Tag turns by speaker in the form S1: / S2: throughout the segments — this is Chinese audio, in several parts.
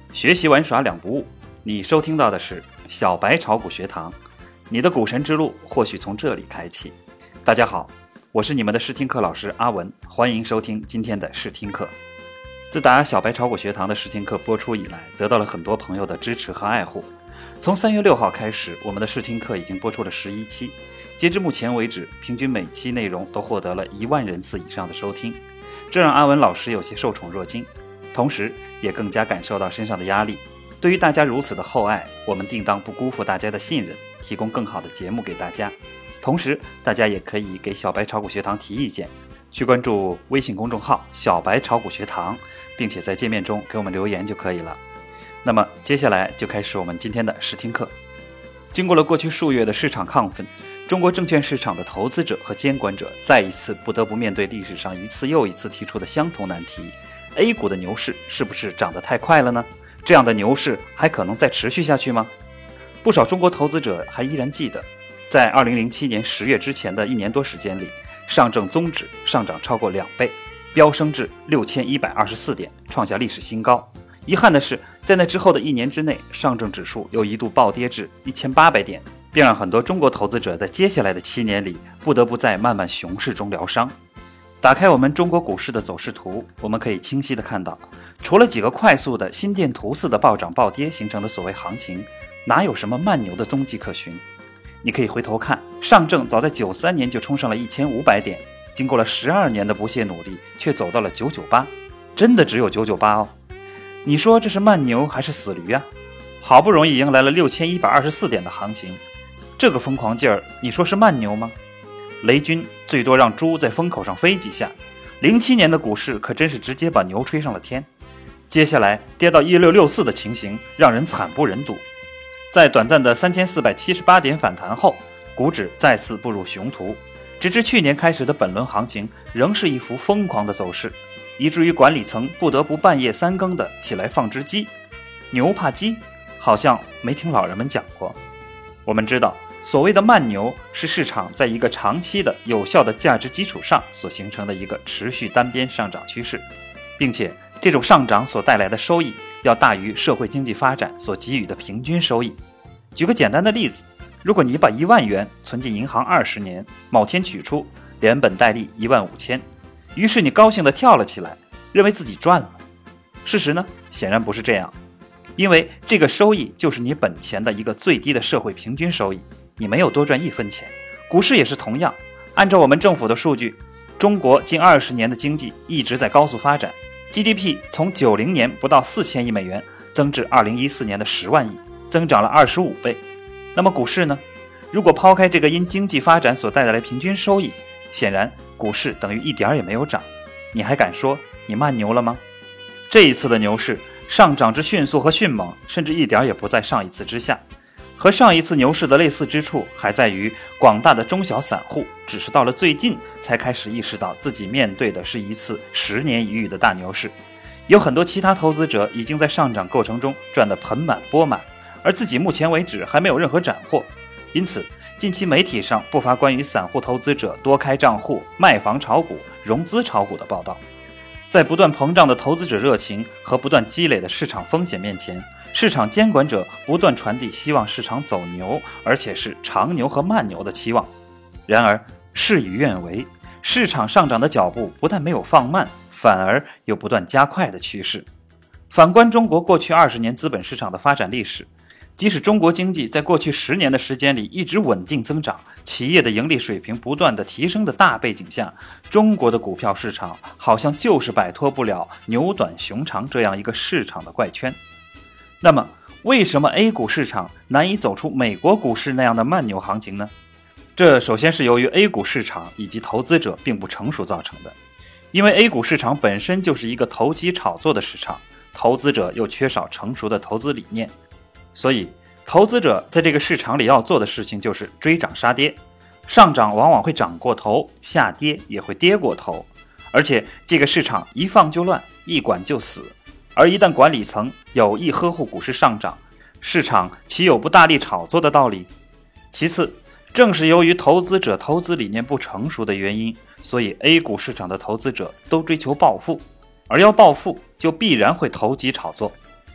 S1: 学习玩耍两不误。你收听到的是小白炒股学堂，你的股神之路或许从这里开启。大家好，我是你们的试听课老师阿文，欢迎收听今天的试听课。自打小白炒股学堂的试听课播出以来，得到了很多朋友的支持和爱护。从3月6号开始，我们的试听课已经播出了11期，截至目前为止，平均每期内容都获得了1万人次以上的收听，这让阿文老师有些受宠若惊，同时也更加感受到身上的压力。对于大家如此的厚爱，我们定当不辜负大家的信任，提供更好的节目给大家。同时大家也可以给小白炒股学堂提意见，去关注微信公众号小白炒股学堂，并且在界面中给我们留言就可以了。那么接下来就开始我们今天的试听课。经过了过去数月的市场亢奋，中国证券市场的投资者和监管者再一次不得不面对历史上一次又一次提出的相同难题： A 股的牛市是不是涨得太快了呢？这样的牛市还可能再持续下去吗？不少中国投资者还依然记得，在2007年10月之前的1年多时间里，上证综指上涨超过2倍，飙升至6124点，创下历史新高。遗憾的是，在那之后的1年之内，上证指数又一度暴跌至1800点，并让很多中国投资者在接下来的7年里不得不在漫漫熊市中疗伤。打开我们中国股市的走势图，我们可以清晰地看到，除了几个快速的心电图似的暴涨暴跌形成的所谓行情，哪有什么慢牛的踪迹可循？你可以回头看，上证早在93年就冲上了1500点，经过了12年的不懈努力，却走到了998，真的只有998哦。你说这是慢牛还是死驴啊？好不容易迎来了6124点的行情，这个疯狂劲儿，你说是慢牛吗？雷军最多让猪在风口上飞几下，07年的股市可真是直接把牛吹上了天。接下来跌到1664的情形让人惨不忍睹。在短暂的3478点反弹后，股指再次步入熊途，直至去年开始的本轮行情仍是一幅疯狂的走势，以至于管理层不得不半夜3更的起来放只鸡。牛怕鸡，好像没听老人们讲过。我们知道，所谓的慢牛是市场在一个长期的有效的价值基础上所形成的一个持续单边上涨趋势，并且这种上涨所带来的收益要大于社会经济发展所给予的平均收益。举个简单的例子，如果你把1万元存进银行20年，某天取出，连本带利15000，于是你高兴地跳了起来，认为自己赚了。事实呢，显然不是这样，因为这个收益就是你本钱的一个最低的社会平均收益，你没有多赚1分钱。股市也是同样，按照我们政府的数据，中国近20年的经济一直在高速发展， GDP 从90年不到4000亿美元增至2014年的10万亿，增长了25倍。那么股市呢？如果抛开这个因经济发展所带来的平均收益，显然股市等于一点也没有涨。你还敢说你慢牛了吗？这一次的牛市上涨之迅速和迅猛，甚至一点也不在上一次之下。和上一次牛市的类似之处还在于，广大的中小散户只是到了最近才开始意识到自己面对的是一次10年一遇的大牛市。有很多其他投资者已经在上涨过程中赚得盆满钵满，而自己目前为止还没有任何斩获。因此近期媒体上不乏关于散户投资者多开账户、卖房炒股、融资炒股的报道。在不断膨胀的投资者热情和不断积累的市场风险面前，市场监管者不断传递希望市场走牛，而且是长牛和慢牛的期望。然而事与愿违，市场上涨的脚步不但没有放慢，反而有不断加快的趋势。反观中国过去20年资本市场的发展历史，即使中国经济在过去10年的时间里一直稳定增长，企业的盈利水平不断的提升的大背景下，中国的股票市场好像就是摆脱不了牛短熊长这样一个市场的怪圈。那么为什么 A 股市场难以走出美国股市那样的慢牛行情呢？这首先是由于 A 股市场以及投资者并不成熟造成的。因为 A 股市场本身就是一个投机炒作的市场，投资者又缺少成熟的投资理念，所以投资者在这个市场里要做的事情就是追涨杀跌，上涨往往会涨过头，下跌也会跌过头，而且这个市场一放就乱，一管就死。而一旦管理层有意呵护股市上涨，市场岂有不大力炒作的道理？其次，正是由于投资者投资理念不成熟的原因，所以 A 股市场的投资者都追求暴富，而要暴富就必然会投机炒作。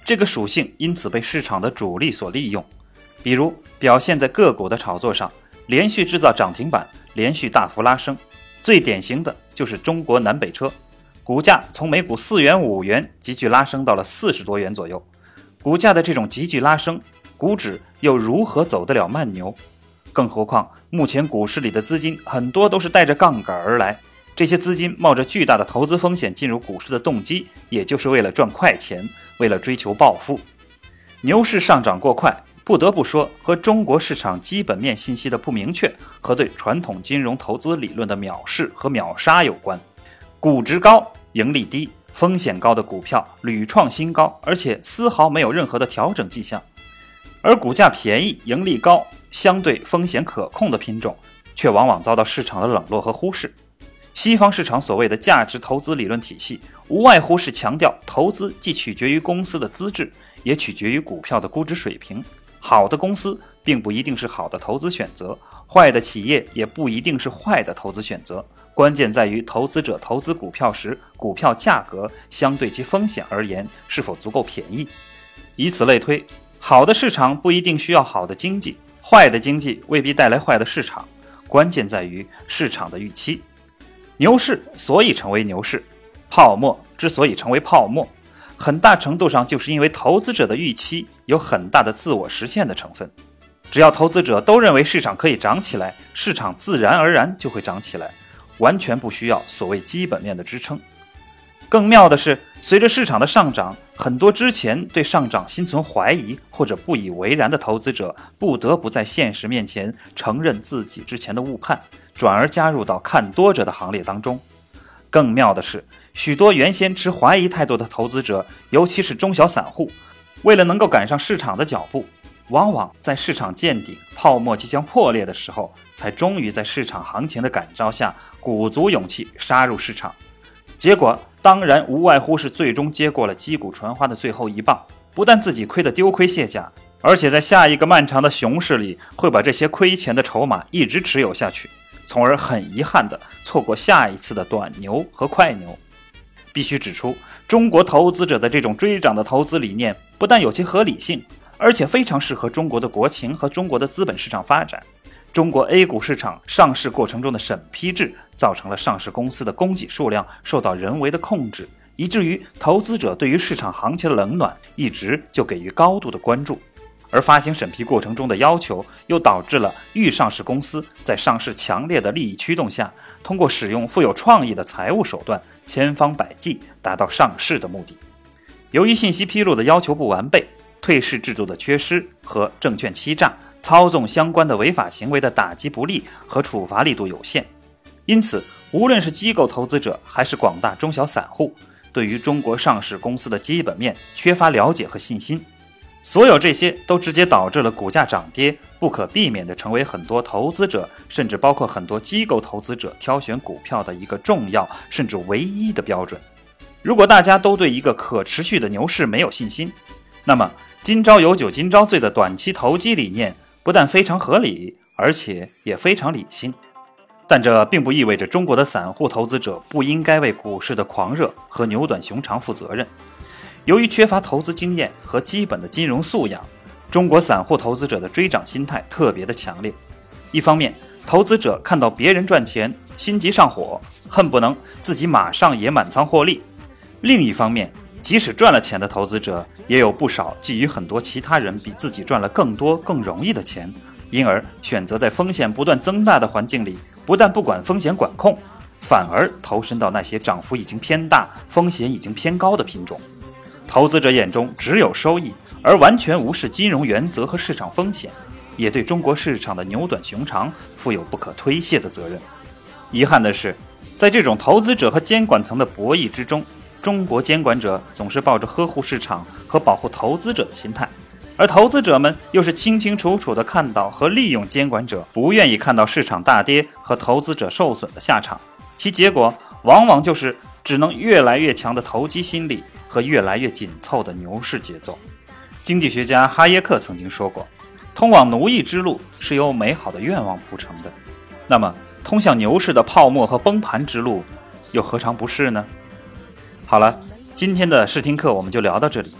S1: 这个属性因此被市场的主力所利用。比如表现在个股的炒作上，连续制造涨停板，连续大幅拉升。最典型的就是中国南北车，股价从每股4元5元急剧拉升到了40多元左右。股价的这种急剧拉升，股指又如何走得了慢牛？更何况目前股市里的资金很多都是带着杠杆而来，这些资金冒着巨大的投资风险进入股市的动机，也就是为了赚快钱，为了追求暴富。牛市上涨过快，不得不说和中国市场基本面信息的不明确和对传统金融投资理论的藐视和秒杀有关。估值高，盈利低，风险高的股票屡创新高，而且丝毫没有任何的调整迹象。而股价便宜、盈利高、相对风险可控的品种，却往往遭到市场的冷落和忽视。西方市场所谓的价值投资理论体系，无外乎是强调投资既取决于公司的资质，也取决于股票的估值水平。好的公司并不一定是好的投资选择，坏的企业也不一定是坏的投资选择。关键在于投资者投资股票时，股票价格相对其风险而言是否足够便宜。以此类推，好的市场不一定需要好的经济，坏的经济未必带来坏的市场，关键在于市场的预期。牛市所以成为牛市，泡沫之所以成为泡沫，很大程度上就是因为投资者的预期有很大的自我实现的成分。只要投资者都认为市场可以涨起来，市场自然而然就会涨起来，完全不需要所谓基本面的支撑。更妙的是，随着市场的上涨，很多之前对上涨心存怀疑或者不以为然的投资者，不得不在现实面前承认自己之前的误判，转而加入到看多者的行列当中。更妙的是，许多原先持怀疑态度的投资者，尤其是中小散户，为了能够赶上市场的脚步，往往在市场见顶、泡沫即将破裂的时候，才终于在市场行情的感召下，鼓足勇气杀入市场。结果当然无外乎是最终接过了击鼓传花的最后一棒，不但自己亏得丢盔卸甲，而且在下一个漫长的熊市里，会把这些亏钱的筹码一直持有下去，从而很遗憾地错过下一次的短牛和快牛。必须指出，中国投资者的这种追涨的投资理念，不但有其合理性，而且非常适合中国的国情和中国的资本市场发展。中国 A 股市场上市过程中的审批制，造成了上市公司的供给数量受到人为的控制，以至于投资者对于市场行情的冷暖一直就给予高度的关注。而发行审批过程中的要求，又导致了预上市公司在上市强烈的利益驱动下，通过使用富有创意的财务手段，千方百计达到上市的目的。由于信息披露的要求不完备，退市制度的缺失和证券欺诈、操纵相关的违法行为的打击不力和处罚力度有限，因此无论是机构投资者还是广大中小散户，对于中国上市公司的基本面缺乏了解和信心。所有这些都直接导致了股价涨跌不可避免地成为很多投资者，甚至包括很多机构投资者挑选股票的一个重要甚至唯一的标准。如果大家都对一个可持续的牛市没有信心，那么今朝有酒今朝醉的短期投机理念不但非常合理，而且也非常理性。但这并不意味着中国的散户投资者不应该为股市的狂热和牛短熊长负责任。由于缺乏投资经验和基本的金融素养，中国散户投资者的追涨心态特别的强烈。一方面，投资者看到别人赚钱，心急上火，恨不能自己马上也满仓获利；另一方面，即使赚了钱的投资者，也有不少觊觎很多其他人比自己赚了更多更容易的钱，因而选择在风险不断增大的环境里，不但不管风险管控，反而投身到那些涨幅已经偏大、风险已经偏高的品种。投资者眼中只有收益，而完全无视金融原则和市场风险，也对中国市场的牛短熊长负有不可推卸的责任。遗憾的是，在这种投资者和监管层的博弈之中，中国监管者总是抱着呵护市场和保护投资者的心态，而投资者们又是清清楚楚地看到和利用监管者不愿意看到市场大跌和投资者受损的下场，其结果往往就是只能越来越强的投机心理和越来越紧凑的牛市节奏。经济学家哈耶克曾经说过，通往奴役之路是由美好的愿望铺成的，那么通向牛市的泡沫和崩盘之路又何尝不是呢？好了，今天的试听课我们就聊到这里。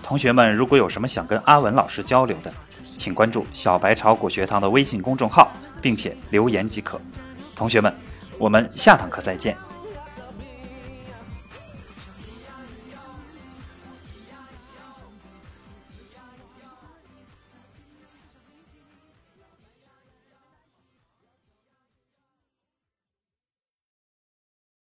S1: 同学们如果有什么想跟阿文老师交流的，请关注小白炒股学堂的微信公众号，并且留言即可。同学们，我们下堂课再见。